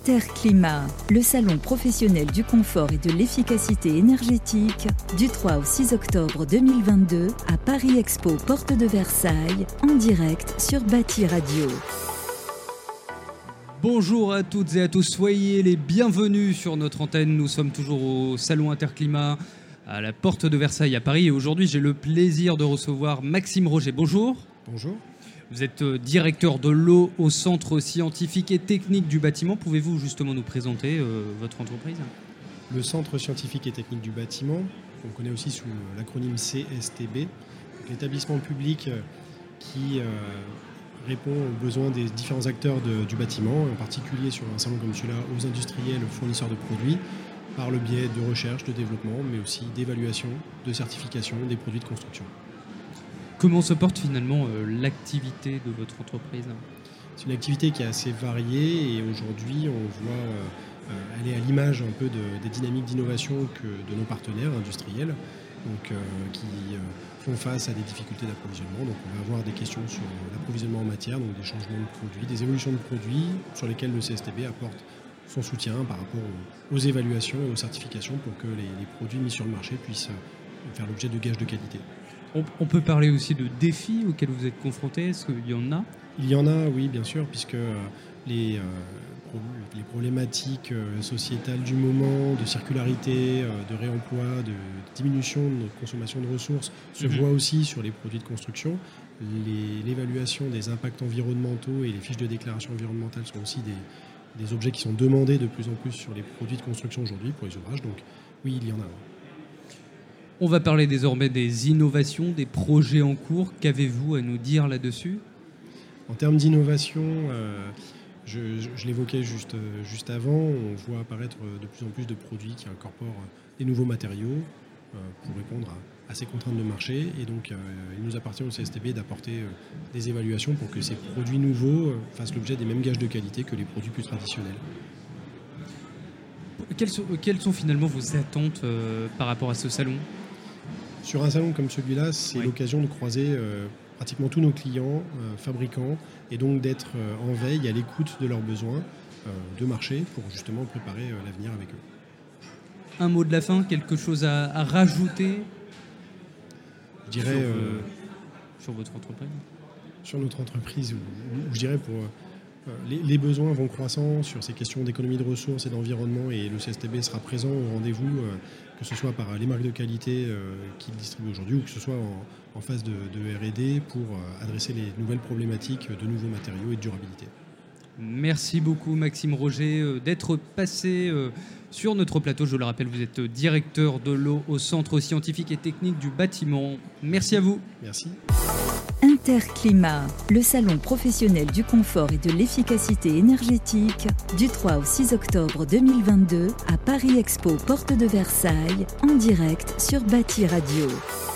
Interclimat, le salon professionnel du confort et de l'efficacité énergétique, du 3 au 6 octobre 2022 à Paris Expo, porte de Versailles, en direct sur Bâti Radio. Bonjour à toutes et à tous, soyez les bienvenus sur notre antenne. Nous sommes toujours au salon Interclimat à la porte de Versailles à Paris et aujourd'hui j'ai le plaisir de recevoir Maxime Roger. Bonjour. Bonjour. Vous êtes directeur de l'eau au Centre scientifique et technique du bâtiment. Pouvez-vous justement nous présenter votre entreprise ? Le Centre scientifique et technique du bâtiment, qu'on connaît aussi sous l'acronyme CSTB, l'établissement public qui répond aux besoins des différents acteurs du bâtiment, en particulier sur un salon comme celui-là, aux industriels, aux fournisseurs de produits, par le biais de recherche, de développement, mais aussi d'évaluation, de certification des produits de construction. Comment se porte finalement l'activité de votre entreprise ? C'est une activité qui est assez variée et aujourd'hui on voit elle est à l'image un peu des dynamiques d'innovation de nos partenaires industriels qui font face à des difficultés d'approvisionnement. Donc on va avoir des questions sur l'approvisionnement en matière, donc des changements de produits, des évolutions de produits sur lesquels le CSTB apporte son soutien par rapport aux évaluations et aux certifications pour que les produits mis sur le marché puissent faire l'objet de gages de qualité. On peut parler aussi de défis auxquels vous êtes confrontés. Est-ce qu'il y en a ? Il y en a, oui, bien sûr, puisque les problématiques sociétales du moment, de circularité, de réemploi, de diminution de notre consommation de ressources, se voient aussi sur les produits de construction. L'évaluation des impacts environnementaux et les fiches de déclaration environnementale sont aussi des objets qui sont demandés de plus en plus sur les produits de construction aujourd'hui pour les ouvrages. Donc oui, il y en a. On va parler désormais des innovations, des projets en cours. Qu'avez-vous à nous dire là-dessus ? En termes d'innovation, je l'évoquais juste avant, on voit apparaître de plus en plus de produits qui incorporent des nouveaux matériaux pour répondre à ces contraintes de marché. Et donc, il nous appartient au CSTB d'apporter des évaluations pour que ces produits nouveaux fassent l'objet des mêmes gages de qualité que les produits plus traditionnels. Quelles sont finalement vos attentes par rapport à ce salon ? Sur un salon comme celui-là, c'est l'occasion de croiser pratiquement tous nos clients, fabricants, et donc d'être en veille à l'écoute de leurs besoins de marché pour justement préparer l'avenir avec eux. Un mot de la fin, quelque chose à rajouter ? Je dirais sur votre entreprise ? Sur notre entreprise, ou je dirais pour... Les besoins vont croissant sur ces questions d'économie de ressources et d'environnement et le CSTB sera présent au rendez-vous, que ce soit par les marques de qualité qu'il distribue aujourd'hui ou que ce soit en phase de R&D pour adresser les nouvelles problématiques de nouveaux matériaux et de durabilité. Merci beaucoup Maxime Roger d'être passé sur notre plateau. Je le rappelle, vous êtes directeur de l'eau au Centre scientifique et technique du bâtiment. Merci à vous. Merci. Interclimat, le salon professionnel du confort et de l'efficacité énergétique, du 3 au 6 octobre 2022 à Paris Expo, porte de Versailles, en direct sur Bâti Radio.